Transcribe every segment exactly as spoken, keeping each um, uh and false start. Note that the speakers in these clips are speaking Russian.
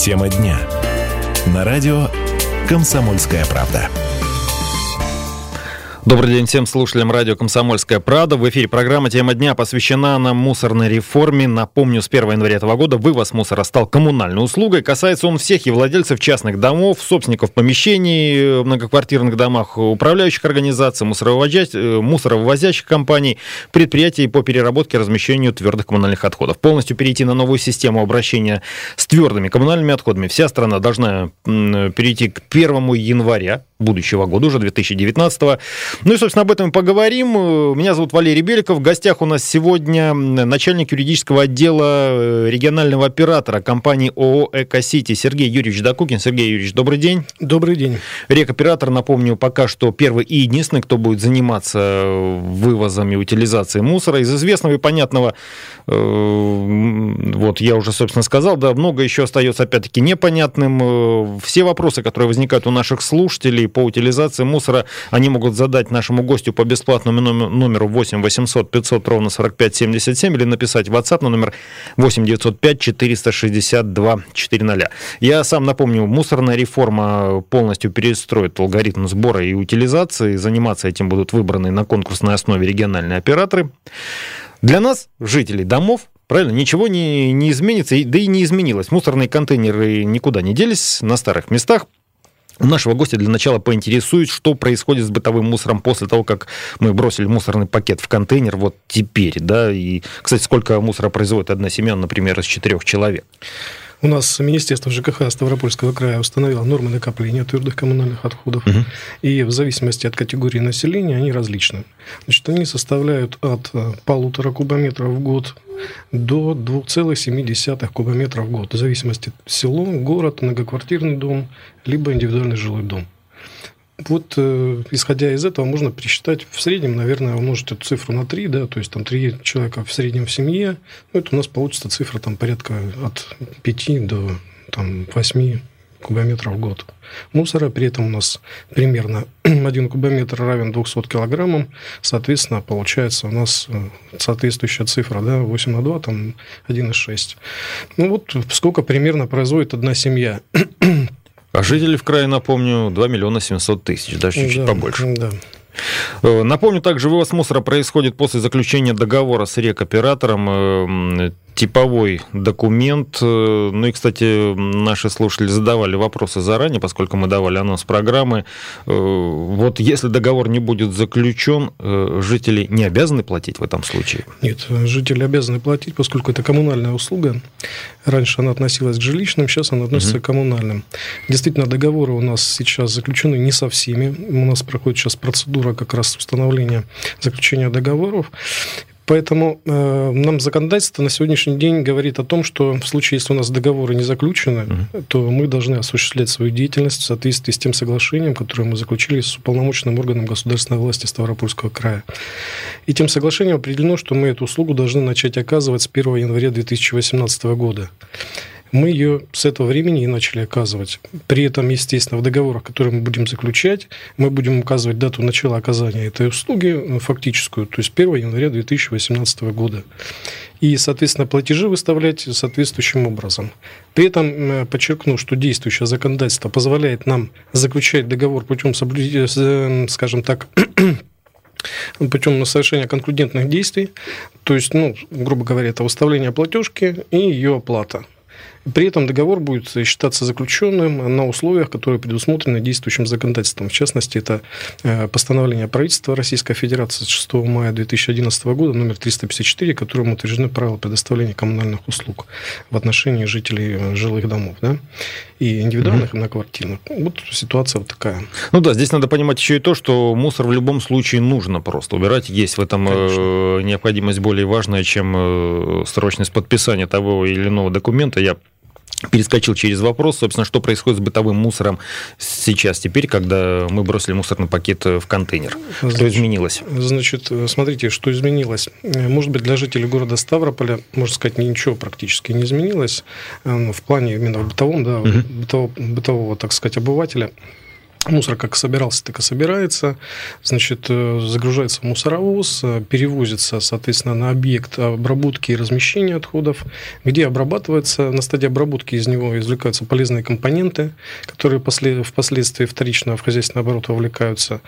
Тема дня. На радио «Комсомольская правда». Добрый день всем слушателям радио «Комсомольская правда». В эфире программа «Тема дня» посвящена нам мусорной реформе. Напомню, с первого января этого года вывоз мусора стал коммунальной услугой. Касается он всех и владельцев частных домов, собственников помещений в многоквартирных домах, управляющих организаций, мусоровозящих компаний, предприятий по переработке и размещению твердых коммунальных отходов. Полностью перейти на новую систему обращения с твердыми коммунальными отходами вся страна должна перейти к первому января будущего года, уже две тысячи девятнадцатого. Ну и, собственно, об этом и поговорим. Меня зовут Валерий Беликов. В гостях у нас сегодня начальник юридического отдела регионального оператора компании ООО «Экосити» Сергей Юрьевич Докукин. Сергей Юрьевич, добрый день. Добрый день. Рекоператор, напомню, пока что первый и единственный, кто будет заниматься вывозом и утилизацией мусора. Из известного и понятного, вот я уже, собственно, сказал, да, много еще остается, опять-таки, непонятным. Все вопросы, которые возникают у наших слушателей по утилизации мусора, они могут задать нашему гостю по бесплатному номеру восемь восемьсот пятьсот ровно сорок пять семьдесят семь или написать в WhatsApp на номер восемь девятьсот пять четыреста шестьдесят два четыреста. Я сам напомню, мусорная реформа полностью перестроит алгоритм сбора и утилизации. Заниматься этим будут выбраны на конкурсной основе региональные операторы. Для нас, жителей домов, правильно, ничего не, не изменится, да и не изменилось. Мусорные контейнеры никуда не делись, на старых местах. У нашего гостя для начала поинтересует, что происходит с бытовым мусором после того, как мы бросили мусорный пакет в контейнер вот теперь, да, и, кстати, сколько мусора производит одна семья, например, из четырех человек? У нас Министерство ЖКХ Ставропольского края установило нормы накопления твердых коммунальных отходов, угу. И в зависимости от категории населения они различны. Значит, они составляют от полутора кубометров в год до двух целых семи десятых кубометров в год, в зависимости от село, город, многоквартирный дом, либо индивидуальный жилой дом. Вот, э, исходя из этого, можно пересчитать в среднем, наверное, умножить эту цифру на три, да, то есть там три человека в среднем в семье, ну, это у нас получится цифра там порядка от пяти до там, восьми кубометров в год мусора. При этом у нас примерно один кубометр равен двумстам килограммам, соответственно, получается у нас соответствующая цифра, да, восемь на два, там один и шесть. Ну, вот сколько примерно производит одна семья. А жителей в крае, напомню, два миллиона семьсот тысяч, даже чуть-чуть да, побольше. Да. Напомню, также вывоз мусора происходит после заключения договора с рекоператором. Типовой документ. Ну и, кстати, наши слушатели задавали вопросы заранее, поскольку мы давали анонс программы. Вот если договор не будет заключен, жители не обязаны платить в этом случае? Нет, жители обязаны платить, поскольку это коммунальная услуга. Раньше она относилась к жилищным, сейчас она относится угу. к коммунальным. Действительно, договоры у нас сейчас заключены не со всеми. У нас проходит сейчас процедура как раз установления заключения договоров. Поэтому э, нам законодательство на сегодняшний день говорит о том, что в случае, если у нас договоры не заключены, uh-huh. то мы должны осуществлять свою деятельность в соответствии с тем соглашением, которое мы заключили с уполномоченным органом государственной власти Ставропольского края. И тем соглашением определено, что мы эту услугу должны начать оказывать с первого января две тысячи восемнадцатого года. Мы ее с этого времени и начали оказывать. При этом, естественно, в договорах, которые мы будем заключать, мы будем указывать дату начала оказания этой услуги фактическую, то есть первого января две тысячи восемнадцатого года. И, соответственно, платежи выставлять соответствующим образом. При этом подчеркну, что действующее законодательство позволяет нам заключать договор путем, соблюдения, скажем так, путем совершения конклюдентных действий, то есть, ну, грубо говоря, это выставление платежки и ее оплата. При этом договор будет считаться заключенным на условиях, которые предусмотрены действующим законодательством. В частности, это постановление правительства Российской Федерации с шестого мая две тысячи одиннадцатого года, номер триста пятьдесят четыре, которым утверждены правила предоставления коммунальных услуг в отношении жителей жилых домов, да, и индивидуальных, mm-hmm. и многоквартирных. Вот ситуация вот такая. Ну да, здесь надо понимать еще и то, что мусор в любом случае нужно просто убирать. Есть в этом Конечно. необходимость более важная, чем срочность подписания того или иного документа. Я перескочил через вопрос, собственно, что происходит с бытовым мусором сейчас, теперь, когда мы бросили мусорный пакет в контейнер. Значит, что изменилось? Значит, смотрите, что изменилось. Может быть, для жителей города Ставрополя, можно сказать, ничего практически не изменилось в плане именно в бытовом, да, угу. бытового, бытового, так сказать, обывателя. Мусор как собирался, так и собирается, значит, загружается в мусоровоз, перевозится, соответственно, на объект обработки и размещения отходов, где обрабатывается, на стадии обработки из него извлекаются полезные компоненты, которые впоследствии вторично в хозяйственный оборот вовлекаются.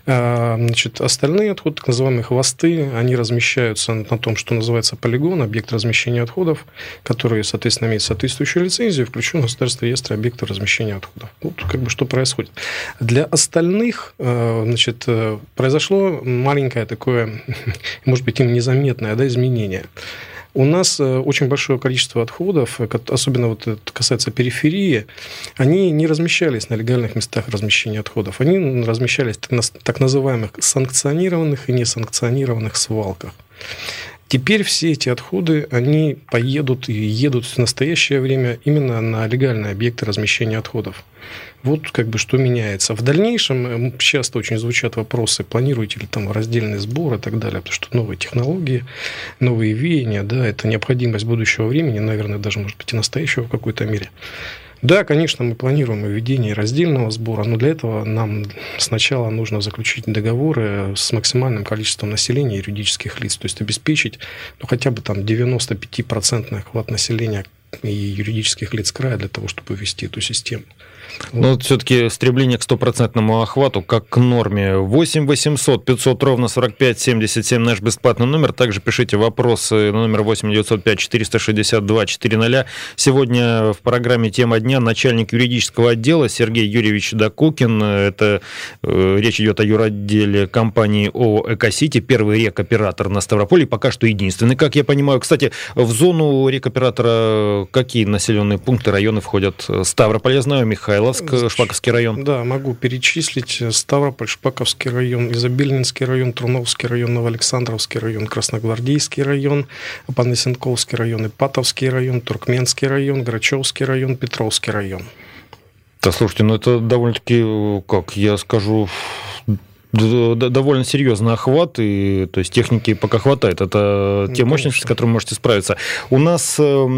Значит, остальные отходы, так называемые хвосты, они размещаются на том, что называется полигон, объект размещения отходов, который, соответственно, имеет соответствующую лицензию, включен в государственный реестр объектов размещения отходов. Вот как бы что происходит. Для остальных, значит, произошло маленькое такое, может быть, им незаметное, да, изменение. У нас очень большое количество отходов, особенно вот это касается периферии, они не размещались на легальных местах размещения отходов. Они размещались на так называемых санкционированных и несанкционированных свалках. Теперь все эти отходы, они поедут и едут в настоящее время именно на легальные объекты размещения отходов. Вот как бы что меняется. В дальнейшем часто очень звучат вопросы, планируете ли там раздельный сбор и так далее, потому что новые технологии, новые веяния, да, это необходимость будущего времени, наверное, даже, может быть, и настоящего в какой-то мере. Да, конечно, мы планируем введение раздельного сбора, но для этого нам сначала нужно заключить договоры с максимальным количеством населения и юридических лиц, то есть обеспечить ну, хотя бы там девяносто пять процентов охват населения и юридических лиц края для того, чтобы ввести эту систему. Но вот все-таки стремление к стопроцентному охвату, как к норме. восемь восемьсот пятьсот ровно сорок пять семьдесят семь наш бесплатный номер. Также пишите вопросы на номер восемь девятьсот пять четыреста шестьдесят два четыреста. Сегодня в программе «Тема дня» начальник юридического отдела Сергей Юрьевич Докукин. Это э, речь идет о юротделе компании ООО «Экосити», первый рекоператор на Ставрополе, пока что единственный, как я понимаю. Кстати, в зону рекоператора какие населенные пункты, районы входят? Ставрополь, я знаю, Михайловск, Шпаковский район. Да, могу перечислить. Ставрополь, Шпаковский район, Изобильнинский район, Труновский район, Новоалександровский район, Красногвардейский район, Панасенковский район, Ипатовский район, Туркменский район, Грачевский район, Петровский район. Да, слушайте, ну это довольно-таки, как я скажу, довольно серьезный охват, и, то есть техники пока хватает. Это ну, те мощности, с которыми можете справиться. У нас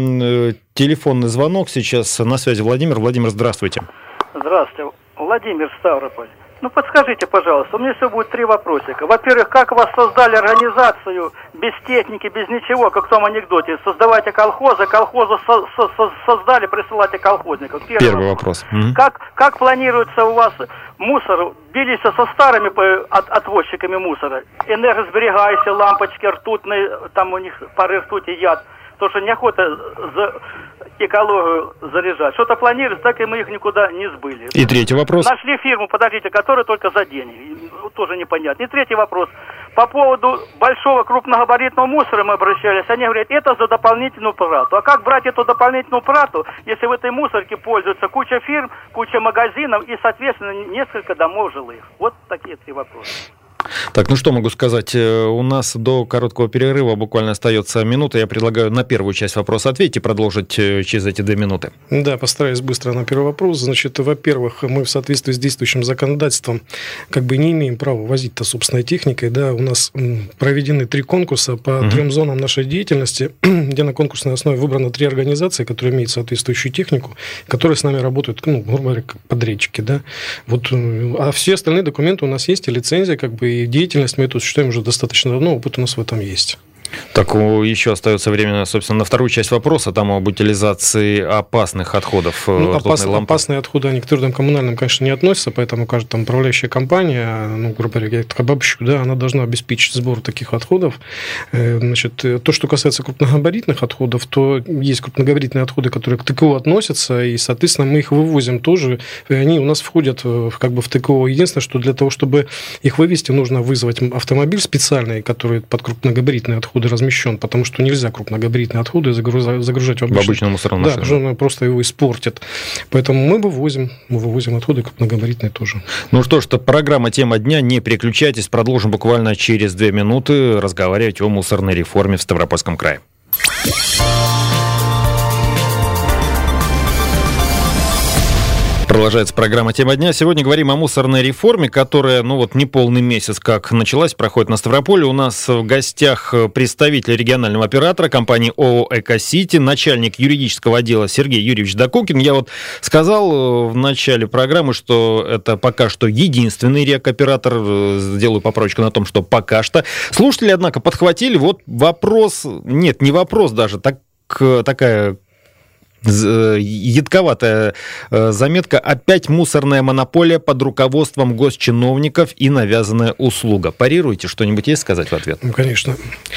э, телефонный звонок сейчас на связи. Владимир. Владимир, здравствуйте. Здравствуйте. Владимир, Ставрополь. Ну, подскажите, пожалуйста, у меня всего будет три вопросика. Во-первых, как вас создали организацию без техники, без ничего, как в том анекдоте? Создавайте колхозы, колхозы со- со- со- создали, присылайте колхозников. Первый, Первый вопрос. вопрос. Как, как планируется у вас мусор? Бились со старыми от, отвозчиками мусора? Энергосберегайся, лампочки ртутные, там у них пары ртути яд. Потому что неохота за экологию заряжать. Что-то планируется, так и мы их никуда не сбыли. И третий вопрос. Нашли фирму, подождите, которая только за деньги. Тоже непонятно. И третий вопрос. По поводу большого крупногабаритного мусора мы обращались. Они говорят, это за дополнительную плату. А как брать эту дополнительную плату, если в этой мусорке пользуется куча фирм, куча магазинов и, соответственно, несколько домов жилых? Вот такие три вопроса. Так, ну что могу сказать? У нас до короткого перерыва буквально остается минута. Я предлагаю на первую часть вопроса ответить и продолжить через эти две минуты. Да, постараюсь быстро на первый вопрос. Значит, во-первых, мы в соответствии с действующим законодательством как бы не имеем права возить-то собственной техникой. Да, у нас проведены три конкурса по угу. трем зонам нашей деятельности, где на конкурсной основе выбрано три организации, которые имеют соответствующую технику, которые с нами работают, ну, грубо говоря, как подрядчики. Да. Вот, а все остальные документы у нас есть, и лицензия, как бы, и деятельность мы эту считаем уже достаточно давно, опыт у нас в этом есть. Так, еще остается время, собственно, на вторую часть вопроса, там об утилизации опасных отходов. Ну, опас, опасные отходы, они к твердым коммунальным, конечно, не относятся, поэтому каждая там управляющая компания, ну, грубо говоря, я так обобщу, да, она должна обеспечить сбор таких отходов. Значит, то, что касается крупногабаритных отходов, то есть крупногабаритные отходы, которые к ТКО относятся, и, соответственно, мы их вывозим тоже, и они у нас входят как бы в ТКО. Единственное, что для того, чтобы их вывести, нужно вызвать автомобиль специальный, который под крупногабаритные отходы размещен, потому что нельзя крупногабаритные отходы загружать, загружать в, в обычную мусорную машину. Да, потому что она просто его испортит. Поэтому мы вывозим, мы вывозим отходы крупногабаритные тоже. Ну что ж, это программа «Тема дня». Не переключайтесь, продолжим буквально через две минуты разговаривать о мусорной реформе в Ставропольском крае. Продолжается программа «Тема дня». Сегодня говорим о мусорной реформе, которая, ну вот, не полный месяц как началась, проходит на Ставрополе. У нас в гостях представитель регионального оператора компании ООО «Экосити», начальник юридического отдела Сергей Юрьевич Докукин. Я вот сказал в начале программы, что это пока что единственный рекоператор. Сделаю поправочку на том, что пока что. Слушатели, однако, подхватили. Вот вопрос, нет, не вопрос даже, так, такая... едковатая заметка. Опять мусорная монополия под руководством госчиновников и навязанная услуга. Парируете? Что-нибудь есть сказать в ответ? Ну, конечно.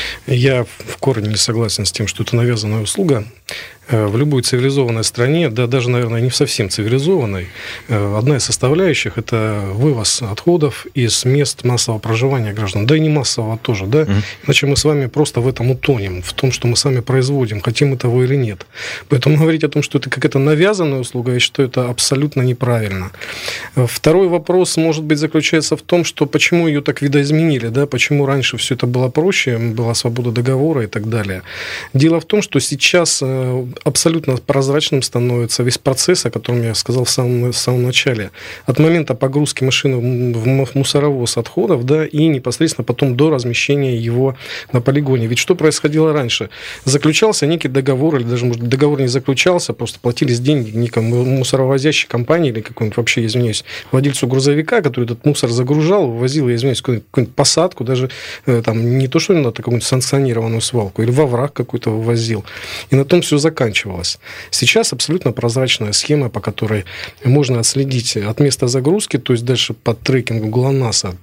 Я в корне не согласен с тем, что это навязанная услуга. В любой цивилизованной стране, да даже, наверное, не совсем цивилизованной, одна из составляющих – это вывоз отходов из мест массового проживания граждан. Да и не массового тоже, да? Mm. Иначе мы с вами просто в этом утонем, в том, что мы сами производим, хотим мы того или нет. Поэтому говорить о том, что это какая-то навязанная услуга, я считаю, это абсолютно неправильно. Второй вопрос, может быть, заключается в том, что почему ее так видоизменили, да? Почему раньше все это было проще, была свобода договора и так далее. Дело в том, что сейчас абсолютно прозрачным становится весь процесс, о котором я сказал в самом, в самом начале. От момента погрузки машины в мусоровоз отходов, да, и непосредственно потом до размещения его на полигоне. Ведь что происходило раньше? Заключался некий договор, или даже, может, договор не заключался, просто платились деньги некому мусоровозящей компании или какому-нибудь, вообще, извиняюсь, владельцу грузовика, который этот мусор загружал, вывозил, я извиняюсь, какую-нибудь, какую-нибудь посадку, даже там не то, что на какую-нибудь санкционированную свалку, или во враг какой-то вывозил. И на том все заканчивалось. Сейчас абсолютно прозрачная схема, по которой можно отследить от места загрузки, то есть дальше по трекингу ГЛОНАССа,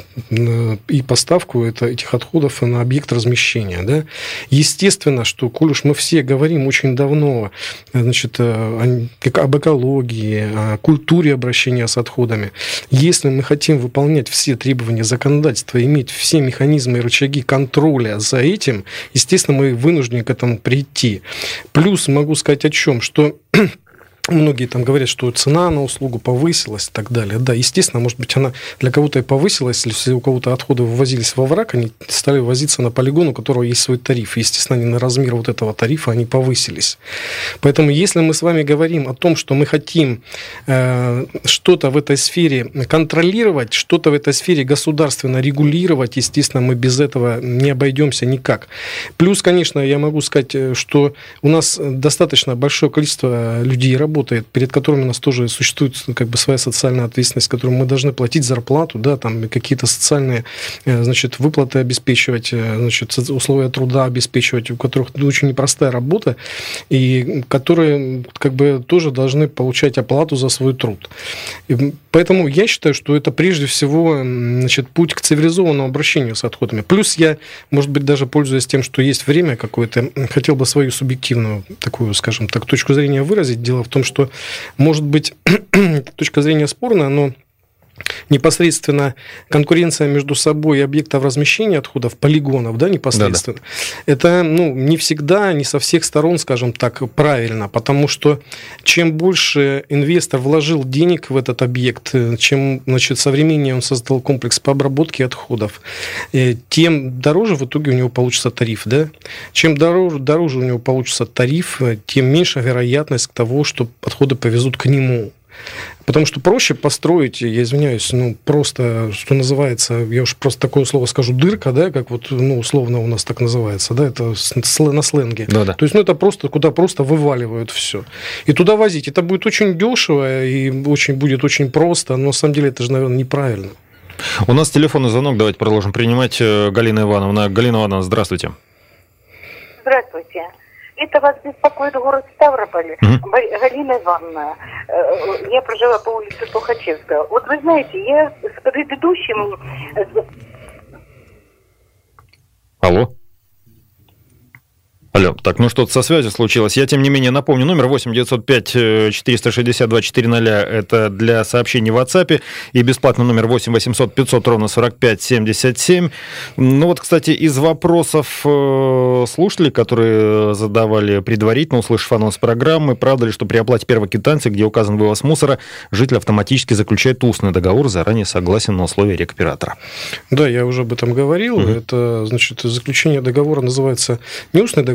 и поставку это, этих отходов на объект размещения. Да? Естественно, что, коль уж мы все говорим очень давно, значит, о, об экологии, о культуре обращения с отходами, если мы хотим выполнять все требования законодательства, иметь все механизмы и рычаги контроля за этим, естественно, мы вынуждены к этому прийти. Плюс могу сказать о чем, что многие там говорят, что цена на услугу повысилась и так далее. Да, естественно, может быть, она для кого-то и повысилась, если у кого-то отходы вывозились во враг, они стали возиться на полигон, у которого есть свой тариф. Естественно, они на размер вот этого тарифа они повысились. Поэтому, если мы с вами говорим о том, что мы хотим э, что-то в этой сфере контролировать, что-то в этой сфере государственно регулировать, естественно, мы без этого не обойдемся никак. Плюс, конечно, я могу сказать, что у нас достаточно большое количество людей работает, работает, перед которыми у нас тоже существует как бы своя социальная ответственность, которую мы должны платить зарплату, да, там какие-то социальные, значит, выплаты обеспечивать, значит, условия труда обеспечивать, у которых очень непростая работа, и которые как бы тоже должны получать оплату за свой труд. И поэтому я считаю, что это прежде всего, значит, путь к цивилизованному обращению с отходами. Плюс я, может быть, даже пользуясь тем, что есть время какое-то, хотел бы свою субъективную такую, скажем так, точку зрения выразить. Дело в том, что, может быть, точка зрения спорная, но непосредственно конкуренция между собой и объектов размещения отходов, полигонов, да, непосредственно, да-да. Это, ну, не всегда, не со всех сторон, скажем так, правильно, потому что чем больше инвестор вложил денег в этот объект, чем, значит, современнее он создал комплекс по обработке отходов, тем дороже в итоге у него получится тариф, да? Чем дороже, дороже у него получится тариф, тем меньше вероятность того, что отходы повезут к нему. Потому что проще построить, я извиняюсь, ну, просто, что называется, я уж просто такое слово скажу, дырка, да, как вот, ну, условно у нас так называется, да, это на сленге. Да-да. То есть, ну, это просто, куда просто вываливают все. И туда возить. Это будет очень дешево и очень, будет очень просто, но на самом деле это же, наверное, неправильно. У нас телефонный звонок, давайте продолжим принимать. Галина Ивановна. Галина Ивановна, здравствуйте. Здравствуйте. Это вас беспокоит город Ставрополь. Mm-hmm. Галина Ивановна, я проживаю по улице Тухачевская. Вот вы знаете, я с предыдущим... Алло? Алло, так, ну что-то со связью случилось. Я, тем не менее, напомню, номер восемь девятьсот пять четыреста шестьдесят два четыреста это для сообщений в WhatsApp, и бесплатный номер восемь восемьсот пятьсот ровно сорок пять семьдесят семь. Ну вот, кстати, из вопросов слушателей, которые задавали предварительно, услышав анонс программы, правда ли, что при оплате первой квитанции, где указан вывоз мусора, житель автоматически заключает устный договор, заранее согласен на условия рекоператора? Да, я уже об этом говорил. Mm-hmm. Это, значит, заключение договора называется не устный договор,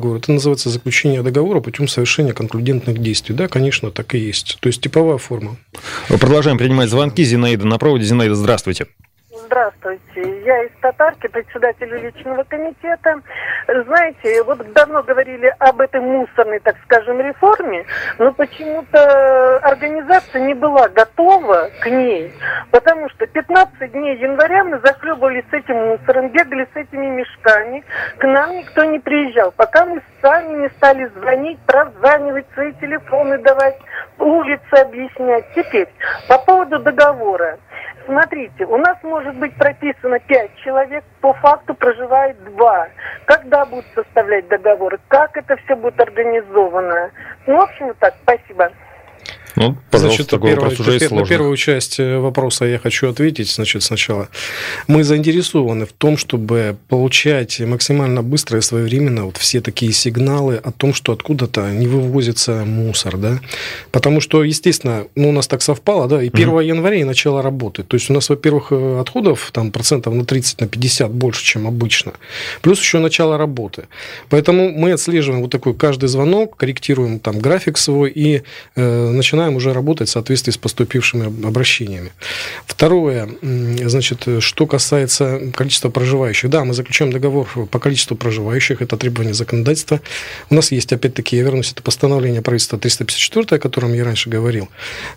договор. Это называется заключение договора путем совершения конклюдентных действий. Да, конечно, так и есть. То есть типовая форма. Продолжаем принимать звонки. Зинаида на проводе. Зинаида, здравствуйте. Здравствуйте. Я из Татарки, председатель личного комитета. Знаете, вот давно говорили об этой мусорной, так скажем, реформе, но почему-то организация не была готова к ней, потому что пятнадцать дней января мы захлебывались с этим мусором, бегали с этими мешками, к нам никто не приезжал, пока мы сами не стали звонить, прозванивать, свои телефоны давать, улицы объяснять. Теперь, по поводу договора. Смотрите, у нас может быть прописано пять человек, по факту проживает два. Когда будут составлять договоры? Как это все будет организовано? Ну, в общем, вот так. Спасибо. Ну, пожалуйста, значит, такой первое, вопрос уже теперь, и на первую часть вопроса я хочу ответить. Значит, сначала. Мы заинтересованы в том, чтобы получать максимально быстро и своевременно вот все такие сигналы о том, что откуда-то не вывозится мусор, да. Потому что, естественно, ну, у нас так совпало, да, и первого января и начало работы. То есть у нас, во-первых, отходов там процентов на тридцать, на пятьдесят больше, чем обычно. Плюс еще начало работы. Поэтому мы отслеживаем вот такой каждый звонок, корректируем там график свой и э, начинаем уже работать в соответствии с поступившими обращениями. Второе, значит, что касается количества проживающих. Да, мы заключаем договор по количеству проживающих, это требование законодательства. У нас есть, опять-таки, я вернусь, это постановление правительства триста пятьдесят четыре, о котором я раньше говорил.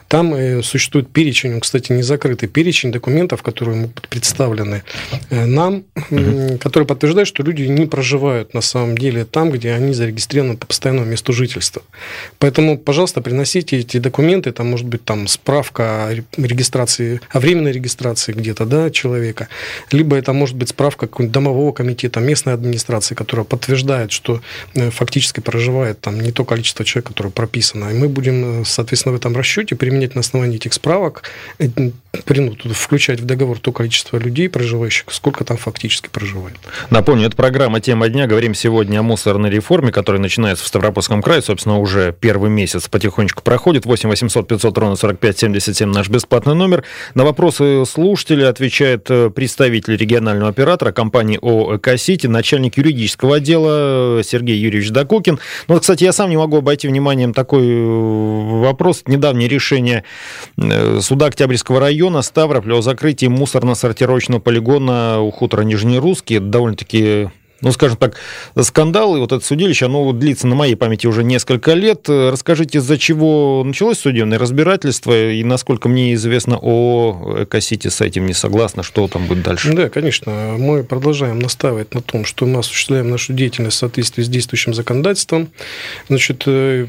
Там существует перечень, кстати, не закрытый перечень документов, которые могут быть представлены нам, mm-hmm. которые подтверждают, что люди не проживают на самом деле там, где они зарегистрированы по постоянному месту жительства. Поэтому, пожалуйста, приносите эти документы. Это может быть там справка о регистрации, о временной регистрации где-то, да, человека, либо это может быть справка какого-нибудь домового комитета, местной администрации, которая подтверждает, что фактически проживает там не то количество человек, которое прописано. И мы будем, соответственно, в этом расчете применять на основании этих справок, включать в договор то количество людей, проживающих, сколько там фактически проживает. Напомню, это программа «Тема дня». Говорим сегодня о мусорной реформе, которая начинается в Ставропольском крае. Собственно, уже первый месяц потихонечку проходит. восемь восемьсот пятьсот ровно сорок пять семьдесят семь наш бесплатный номер. На вопросы слушателей отвечает представитель регионального оператора компании ООО «Экосити», начальник юридического отдела Сергей Юрьевич Докукин. Ну, кстати, я сам не могу обойти вниманием такой вопрос. Недавнее решение суда Октябрьского района Ставрополя о закрытии мусорно-сортировочного полигона у хутора Нижнерусский. Довольно-таки... Ну, скажем так, скандал, и вот это судилище, оно длится на моей памяти уже несколько лет. Расскажите, из-за чего началось судебное разбирательство, и, насколько мне известно, о Экосити с этим не согласна, что там будет дальше? Да, конечно. Мы продолжаем настаивать на том, что мы осуществляем нашу деятельность в соответствии с действующим законодательством. Значит,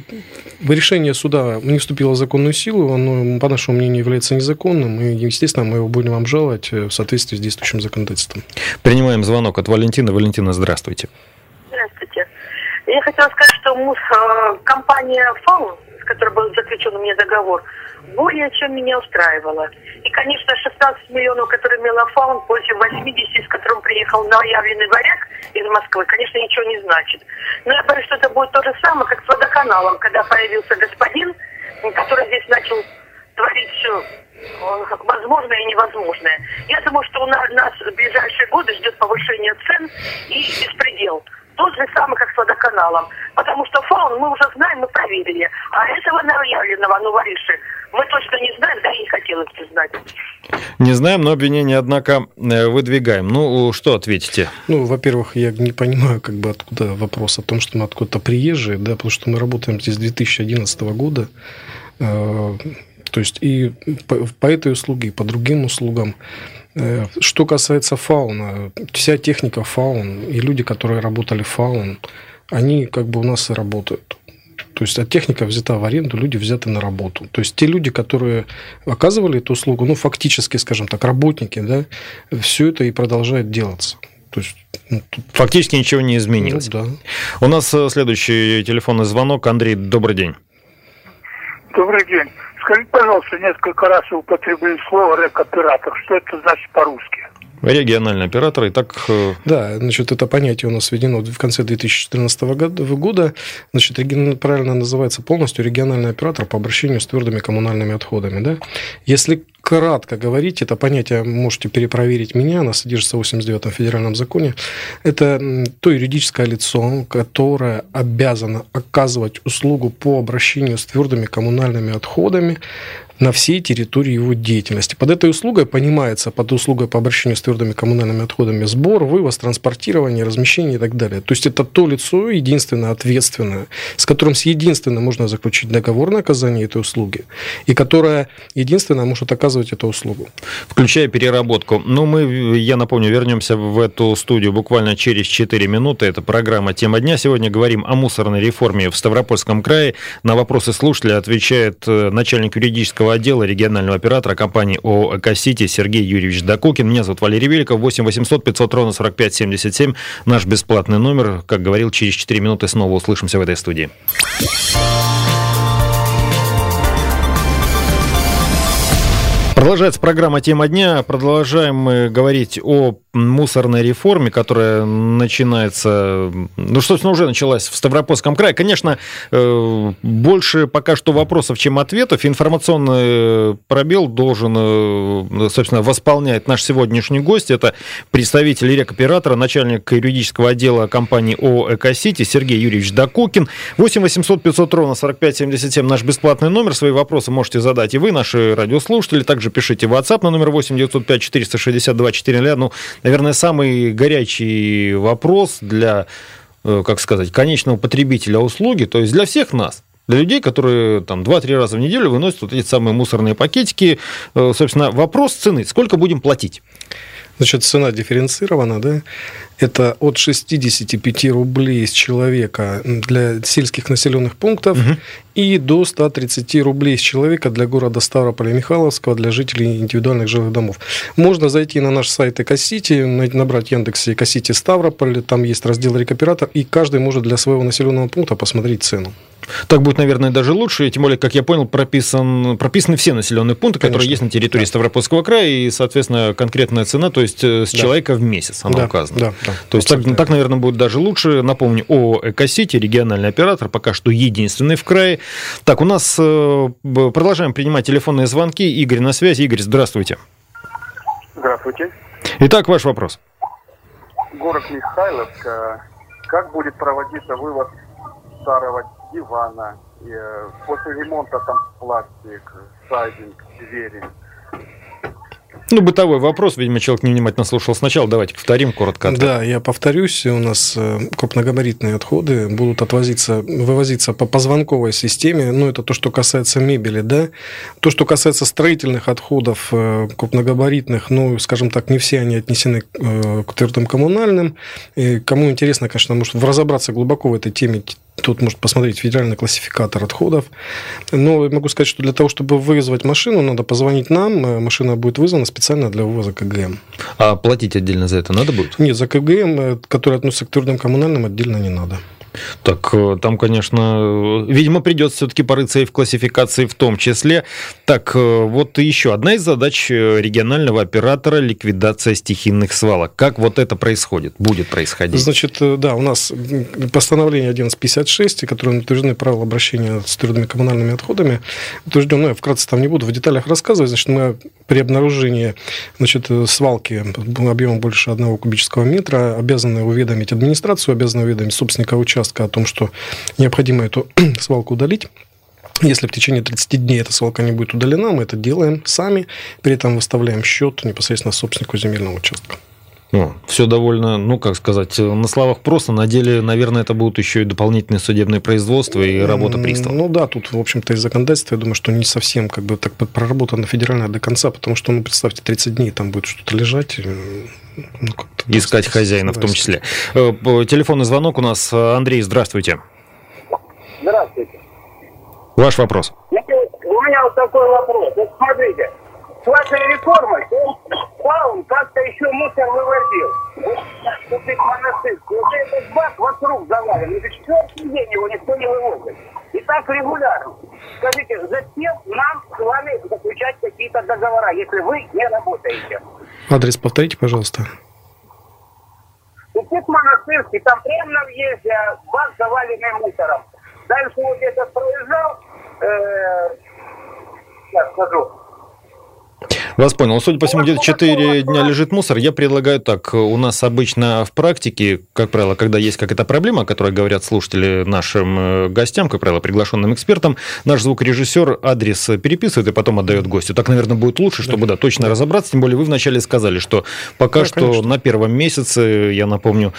решение суда не вступило в законную силу, оно, по нашему мнению, является незаконным, и, естественно, мы его будем обжаловать в соответствии с действующим законодательством. Принимаем звонок от Валентины. Валентина, здравствуйте. Здравствуйте. Я хотела сказать, что мус, компания «Фаун», с которой был заключен у меня договор, более чем меня устраивала. И, конечно, шестнадцать миллионов, которые имела «Фаун», после восьмидесяти, с которым приехал новоявленный варяг из Москвы, конечно, ничего не значит. Но я боюсь, что это будет то же самое, как с водоканалом, когда появился господин, который здесь начал творить все возможное и невозможное. Я думаю, что у нас, нас в ближайшие годы ждет повышение цен и беспредел. То же самое, как с водоканалом. Потому что «Фаун» мы уже знаем, мы проверили. А этого новоявленного, ну, вориши, мы точно не знаем, да и не хотелось бы знать. Не знаем, но обвинение, однако, выдвигаем. Ну, что ответите? Ну, во-первых, я не понимаю, как бы, откуда вопрос о том, что мы откуда-то приезжие, да, потому что мы работаем здесь с две тысячи одиннадцатого года. То есть и по, по этой услуге, и по другим услугам. Что касается «Фауна», вся техника «Фаун» и люди, которые работали в «Фаун», они как бы у нас и работают. То есть, а техника взята в аренду, люди взяты на работу. То есть, те люди, которые оказывали эту услугу, ну, фактически, скажем так, работники, да, все это и продолжает делаться. То есть, ну, тут... Фактически ничего не изменилось. Ну, да. У нас следующий телефонный звонок. Андрей, добрый день. Добрый день. Скажите, пожалуйста, несколько раз вы употребили слово «рэк-оператор». Что это значит по-русски? Региональный оператор, и так... Да, значит, это понятие у нас введено в конце две тысячи четырнадцатого года. Значит, правильно называется полностью региональный оператор по обращению с твердыми коммунальными отходами. Да? Если кратко говорить, это понятие можете перепроверить меня, оно содержится в восемьдесят девятом федеральном законе. Это то юридическое лицо, которое обязано оказывать услугу по обращению с твердыми коммунальными отходами на всей территории его деятельности. Под этой услугой понимается, под услугой по обращению с твердыми коммунальными отходами, сбор, вывоз, транспортирование, размещение и так далее. То есть это то лицо, единственное, ответственное, с которым с единственным можно заключить договор на оказание этой услуги, и которое единственное может оказывать эту услугу. Включая переработку. Ну, мы, я напомню, вернемся в эту студию буквально через четыре минуты. Это программа «Тема дня». Сегодня говорим о мусорной реформе в Ставропольском крае. На вопросы слушателя отвечает начальник юридического отдела регионального оператора компании ООО «Экосити» Сергей Юрьевич Докукин. Меня зовут Валерий Великов. восемь восемьсот пятьсот ровно сорок пять семьдесят семь. Наш бесплатный номер. Как говорил, через четыре минуты снова услышимся в этой студии. Продолжается программа «Тема дня». Продолжаем мы говорить о мусорной реформе, которая начинается, ну, собственно, уже началась в Ставропольском крае. Конечно, больше пока что вопросов, чем ответов. Информационный пробел должен, собственно, восполнять наш сегодняшний гость. Это представитель рекоператора, начальник юридического отдела компании ООО «Экосити» Сергей Юрьевич Докукин. восемь восемьсот пятьсот ровно сорок пять семьдесят семь наш бесплатный номер. Свои вопросы можете задать и вы, наши радиослушатели. Также пишите в WhatsApp на номер восемь девятьсот пять четыреста шестьдесят два четыре нуля. Ну, наверное, самый горячий вопрос для, как сказать, конечного потребителя услуги, то есть для всех нас, для людей, которые там два-три раза в неделю выносят вот эти самые мусорные пакетики. Собственно, вопрос цены. Сколько будем платить? Значит, цена дифференцирована, да? Это от шестидесяти пяти рублей с человека для сельских населенных пунктов угу. и до ста тридцати рублей с человека для города Ставрополя Михайловского, для жителей индивидуальных жилых домов. Можно зайти на наш сайт Экосити, набрать в Яндексе Экосити Ставрополь, там есть раздел рекоператор, и каждый может для своего населенного пункта посмотреть цену. Так будет, наверное, даже лучше, тем более, как я понял, прописан, прописаны все населенные пункты, Конечно. которые есть на территории да. Ставропольского края, и, соответственно, конкретная цена, то есть с да. человека в месяц она да. указана. Да. Да. То есть так, так, наверное, будет даже лучше. Напомню, ООО «Экосити», региональный оператор, пока что единственный в крае. Так, у нас продолжаем принимать телефонные звонки. Игорь на связи. Игорь, здравствуйте. Здравствуйте. Итак, ваш вопрос. Город Михайловск. Как будет проводиться вывоз старого дивана, и, э, после ремонта там пластик, сайдинг, двери? Ну, бытовой вопрос, видимо, человек невнимательно слушал сначала. Давайте повторим коротко. Ответ. Да, я повторюсь. У нас крупногабаритные отходы будут отвозиться, вывозиться по позвонковой системе. Ну, это то, что касается мебели, да. То, что касается строительных отходов крупногабаритных, ну, скажем так, не все они отнесены к твердым коммунальным. И кому интересно, конечно, может разобраться глубоко в этой теме, тут может посмотреть федеральный классификатор отходов. Но могу сказать, что для того, чтобы вызвать машину, надо позвонить нам. Машина будет вызвана специально для вывоза КГМ. А платить отдельно за это надо будет? Нет, за КГМ, который относится к твердым коммунальным, отдельно не надо. Так, там, конечно, видимо, придется все-таки порыться и в классификации в том числе. Так, вот еще одна из задач регионального оператора – ликвидация стихийных свалок. Как вот это происходит, будет происходить? Значит, да, у нас постановление одиннадцать пятьдесят шесть, которым утверждены правила обращения с твердыми коммунальными отходами. Утвержден, ну, я вкратце там не буду в деталях рассказывать. Значит, мы при обнаружении, значит, свалки объемом больше одного кубического метра обязаны уведомить администрацию, обязаны уведомить собственника участка о том, что необходимо эту свалку удалить. Если в течение тридцати дней эта свалка не будет удалена, мы это делаем сами, при этом выставляем счет непосредственно собственнику земельного участка. Ну, все довольно, ну, как сказать, на словах просто, на деле, наверное, это будут еще и дополнительные судебные производства и работа приставов. Ну да, тут, в общем-то, из законодательства, я думаю, что не совсем как бы так проработано федерально до конца, потому что, ну, представьте, тридцать дней там будет что-то лежать. Ну, искать хозяина в том числе. Телефонный звонок у нас. Андрей, здравствуйте. Здравствуйте. Ваш вопрос. У меня вот такой вопрос. Вот смотрите, с вашей реформой Паун как-то еще мусор вывозил. Вот ведь монастырь, вот этот бак вокруг завален, и четвертый день его никто не вывозит. И так регулярно. Скажите, зачем нам с вами заключать какие-то договора, если вы не работаете? Адрес повторите, пожалуйста. Тут монастырский, там прямо на въезде бак заваленный мусором. Дальше вот этот проезжал, э, я скажу. Вас понял. Судя по всему, где-то четыре дня лежит мусор. Я предлагаю так. У нас обычно в практике, как правило, когда есть какая-то проблема, о которой говорят слушатели нашим гостям, как правило, приглашенным экспертам, наш звукорежиссер адрес переписывает и потом отдает гостю. Так, наверное, будет лучше, чтобы да, точно да. разобраться. Тем более вы вначале сказали, что пока да, что конечно. на первом месяце, я напомню,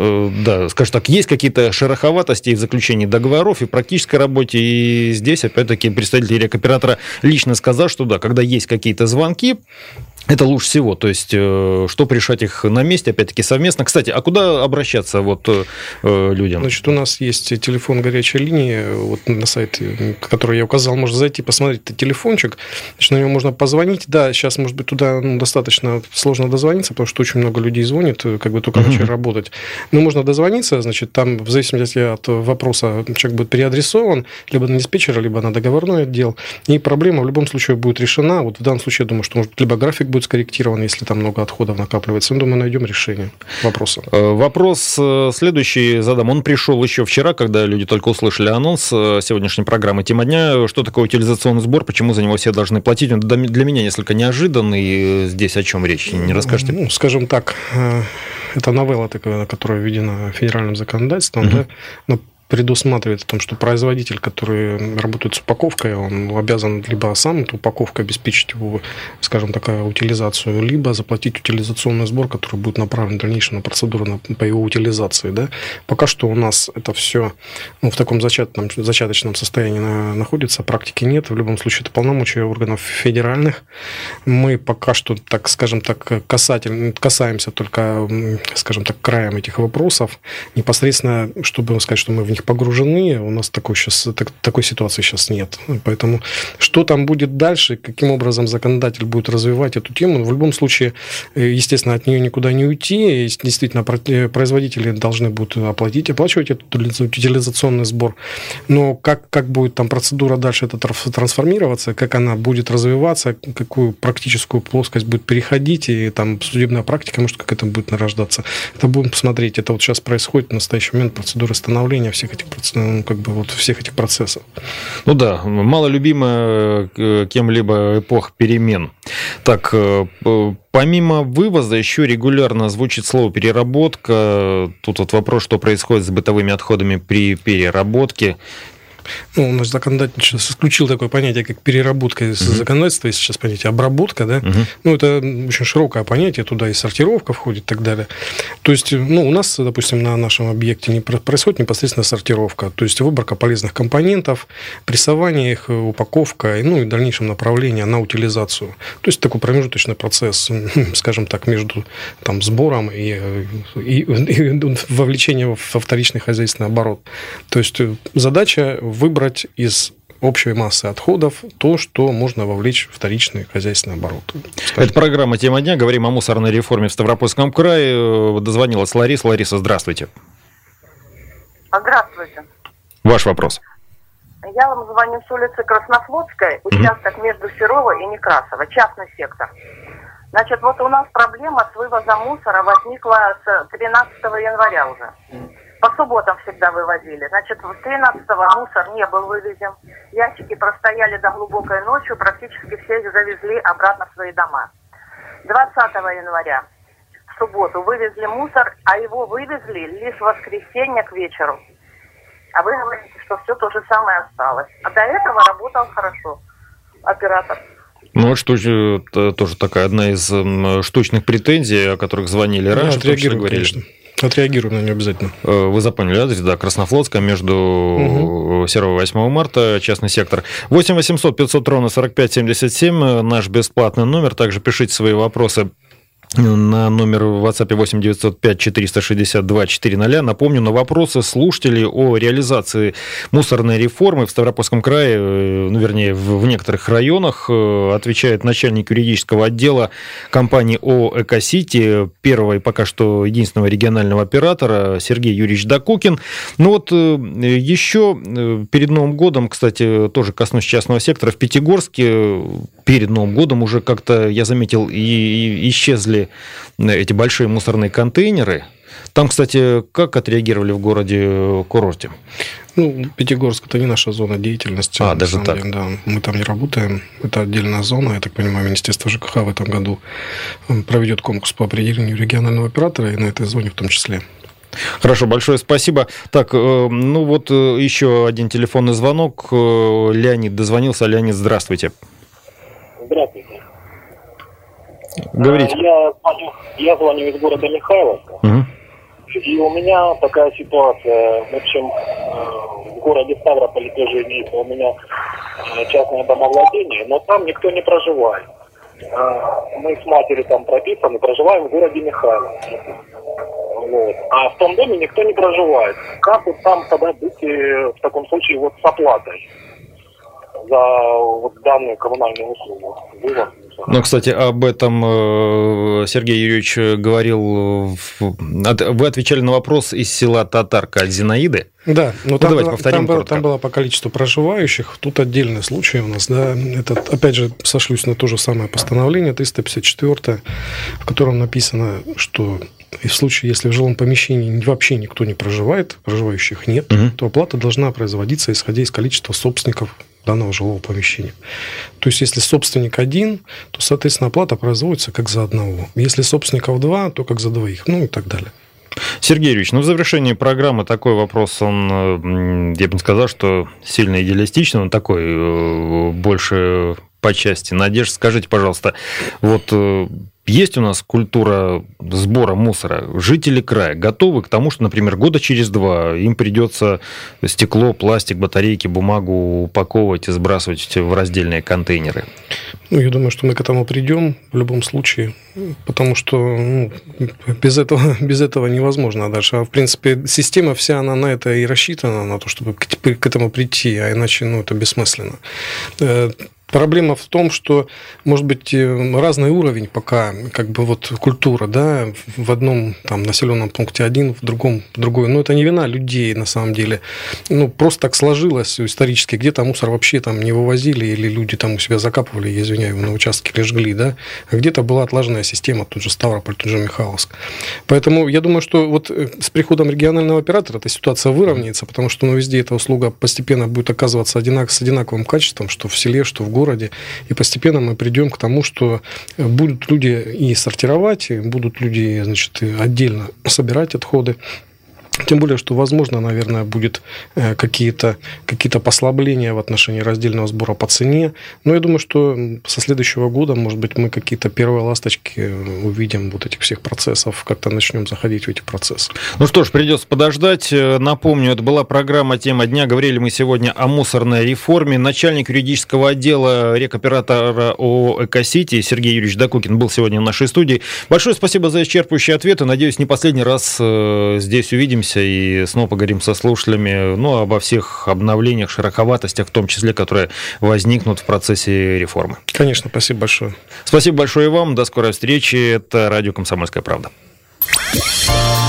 да, скажем так, есть какие-то шероховатости в заключении договоров и практической работе. И здесь, опять-таки, представитель рекоператора лично сказал, что да, когда есть какие-то звонки, это лучше всего, то есть, э, чтобы решать их на месте, опять-таки, совместно. Кстати, а куда обращаться вот, э, людям? Значит, у нас есть телефон горячей линии, вот на сайте, который я указал, можно зайти, посмотреть телефончик, значит, на него можно позвонить. Да, сейчас, может быть, туда ну, достаточно сложно дозвониться, потому что очень много людей звонит, как бы только начали uh-huh. работать. Но можно дозвониться, значит, там, в зависимости от вопроса, человек будет переадресован либо на диспетчера, либо на договорной отдел, и проблема в любом случае будет решена. Вот в данном случае, я думаю, что, может, либо график будет скорректирован, если там много отходов накапливается. Ну, думаю, найдем решение вопроса. Вопрос следующий задам. Он пришел еще вчера, когда люди только услышали анонс сегодняшней программы «Тема дня». Что такое утилизационный сбор? Почему за него все должны платить? Он для меня несколько неожиданный. Здесь о чем речь? Не расскажете? Ну, скажем так, это новелла такая, которая введена федеральным законодательством, uh-huh. да, но предусматривает о том, что производитель, который работает с упаковкой, он обязан либо сам эту упаковку обеспечить его, скажем, такая утилизацию, либо заплатить утилизационный сбор, который будет направлен в дальнейшем на процедуру по его утилизации. Да? Пока что у нас это все ну, в таком зачаточном, зачаточном состоянии находится, практики нет. В любом случае, это полномочия органов федеральных. Мы пока что, так скажем так, касатель, касаемся только, скажем так, краем этих вопросов. Непосредственно, чтобы сказать, что мы в них погружены, у нас такой, сейчас, так, такой ситуации сейчас нет. Поэтому что там будет дальше, каким образом законодатель будет развивать эту тему, в любом случае, естественно, от нее никуда не уйти. Действительно, производители должны будут оплатить, оплачивать этот утилизационный сбор. Но как, как будет там процедура дальше это трансформироваться, как она будет развиваться, какую практическую плоскость будет переходить, и там судебная практика, может, как это будет нарождаться. Это будем посмотреть. Это вот сейчас происходит в настоящий момент процедура становления всех этих, как бы, вот, всех этих процессов. Ну да, малолюбимая кем-либо эпоха перемен. Так, помимо вывоза еще регулярно звучит слово «переработка». Тут вот вопрос, что происходит с бытовыми отходами при переработке. Ну, наш законодатель сейчас исключил такое понятие, как переработка из uh-huh. законодательства, есть сейчас понятие обработка, да, uh-huh. ну, это очень широкое понятие, туда и сортировка входит и так далее. То есть, ну, у нас, допустим, на нашем объекте не происходит непосредственно сортировка, то есть выборка полезных компонентов, прессование их, упаковка, ну, и в дальнейшем направление на утилизацию. То есть, такой промежуточный процесс, скажем так, между там, сбором и, и, и вовлечением во вторичный хозяйственный оборот. То есть, задача выбрать из общей массы отходов то, что можно вовлечь в вторичный хозяйственный оборот. Скажем. Это программа «Тема дня». Говорим о мусорной реформе в Ставропольском крае. Дозвонилась Лариса. Лариса, здравствуйте. Здравствуйте. Ваш вопрос. Я вам звоню с улицы Краснофлотской, участок mm-hmm. между Серова и Некрасова, частный сектор. Значит, вот у нас проблема с вывозом мусора возникла с тринадцатого января уже. По субботам всегда вывозили. Значит, тринадцатого мусор не был вывезен. Ящики простояли до глубокой ночи, практически все их завезли обратно в свои дома. двадцатого января в субботу вывезли мусор, а его вывезли лишь в воскресенье к вечеру. А вы говорите, что все то же самое осталось. А до этого работал хорошо оператор. Ну, вот что это тоже такая одна из штучных претензий, о которых звонили раньше. Да, отреагируем, конечно. Отреагируем на нее обязательно. Вы запомнили адрес, да, Краснофлотская, между угу. Серова и восьмого марта, частный сектор. восемь восемьсот пятьсот ровно сорок пять семьдесят семь, наш бесплатный номер. Также пишите свои вопросы на номер в WhatsApp восемь девятьсот пять четыреста шестьдесят два четыреста. Напомню, на вопросы слушателей о реализации мусорной реформы в Ставропольском крае, ну, вернее, в, в некоторых районах, отвечает начальник юридического отдела компании ООО «Экосити», первого и пока что единственного регионального оператора, Сергей Юрьевич Докукин. Ну вот еще перед Новым годом, кстати, тоже коснусь частного сектора, в Пятигорске перед Новым годом уже как-то, я заметил, и, и исчезли эти большие мусорные контейнеры. Там, кстати, как отреагировали в городе-курорте? Ну, Пятигорск – это не наша зона деятельности. А, даже так? Деле, да, мы там не работаем. Это отдельная зона. Я так понимаю, Министерство ЖКХ в этом году проведет конкурс по определению регионального оператора, и на этой зоне в том числе. Хорошо, большое спасибо. Так, ну вот еще один телефонный звонок. Леонид дозвонился. Леонид, здравствуйте. Здравствуйте. Говорите. Я звоню, я звоню из города Михайловска. Угу. И у меня такая ситуация. В общем, в городе Ставрополе тоже имеется у меня частное домовладение, но там никто не проживает. Мы с матерью там прописаны, проживаем в городе Михайловске. Вот. А в том доме никто не проживает. Как вот там тогда быть в таком случае вот с оплатой за вот данную коммунальную услугу? Вывод. Ну, кстати, об этом Сергей Юрьевич говорил. Вы отвечали на вопрос из села Татарка от Зинаиды. Да, но ну, там, давайте было, повторим там, было, там было по количеству проживающих. Тут отдельный случай у нас. Да, это, опять же, сошлюсь на то же самое постановление триста пятьдесят четыре, в котором написано, что и в случае, если в жилом помещении вообще никто не проживает, проживающих нет, угу. то оплата должна производиться, исходя из количества собственников данного жилого помещения. То есть, если собственник один, то, соответственно, оплата производится как за одного. Если собственников два, то как за двоих, ну и так далее. Сергей Юрьевич, ну в завершении программы такой вопрос, он, я бы не сказал, что сильно идеалистичный, он такой больше по части надежд. Скажите, пожалуйста, вот есть у нас культура сбора мусора? Жители края готовы к тому, что, например, года через два им придется стекло, пластик, батарейки, бумагу упаковывать и сбрасывать в раздельные контейнеры? Ну, я думаю, что мы к этому придем в любом случае, потому что ну, без этого, без этого невозможно дальше. А, в принципе, система вся, она на это и рассчитана, на то, чтобы к, к этому прийти, а иначе ну, это бессмысленно. Проблема в том, что, может быть, разный уровень пока, как бы вот культура, да, в одном там населенном пункте один, в другом в другой. Но это не вина людей, на самом деле. Ну, просто так сложилось исторически. Где-то мусор вообще там не вывозили, или люди там у себя закапывали, я извиняюсь, на участке или жгли, да. А где-то была отлаженная система, тут же Ставрополь, тут же Михайловск. Поэтому я думаю, что вот с приходом регионального оператора эта ситуация выровняется, потому что ну, везде эта услуга постепенно будет оказываться одинак, с одинаковым качеством, что в селе, что в городе. городе, и постепенно мы придем к тому, что будут люди и сортировать, и будут люди, значит, отдельно собирать отходы. Тем более, что, возможно, наверное, будет какие-то, какие-то послабления в отношении раздельного сбора по цене. Но я думаю, что со следующего года, может быть, мы какие-то первые ласточки увидим вот этих всех процессов, как-то начнем заходить в эти процессы. Ну что ж, придется подождать. Напомню, это была программа «Тема дня». Говорили мы сегодня о мусорной реформе. Начальник юридического отдела рекоператора ООО «Экосити» Сергей Юрьевич Докукин был сегодня в нашей студии. Большое спасибо за исчерпывающие ответы. Надеюсь, не последний раз здесь увидимся и снова поговорим со слушателями, ну, обо всех обновлениях, шероховатостях, в том числе, которые возникнут в процессе реформы. Конечно, спасибо большое. Спасибо большое вам, до скорой встречи. Это радио «Комсомольская правда».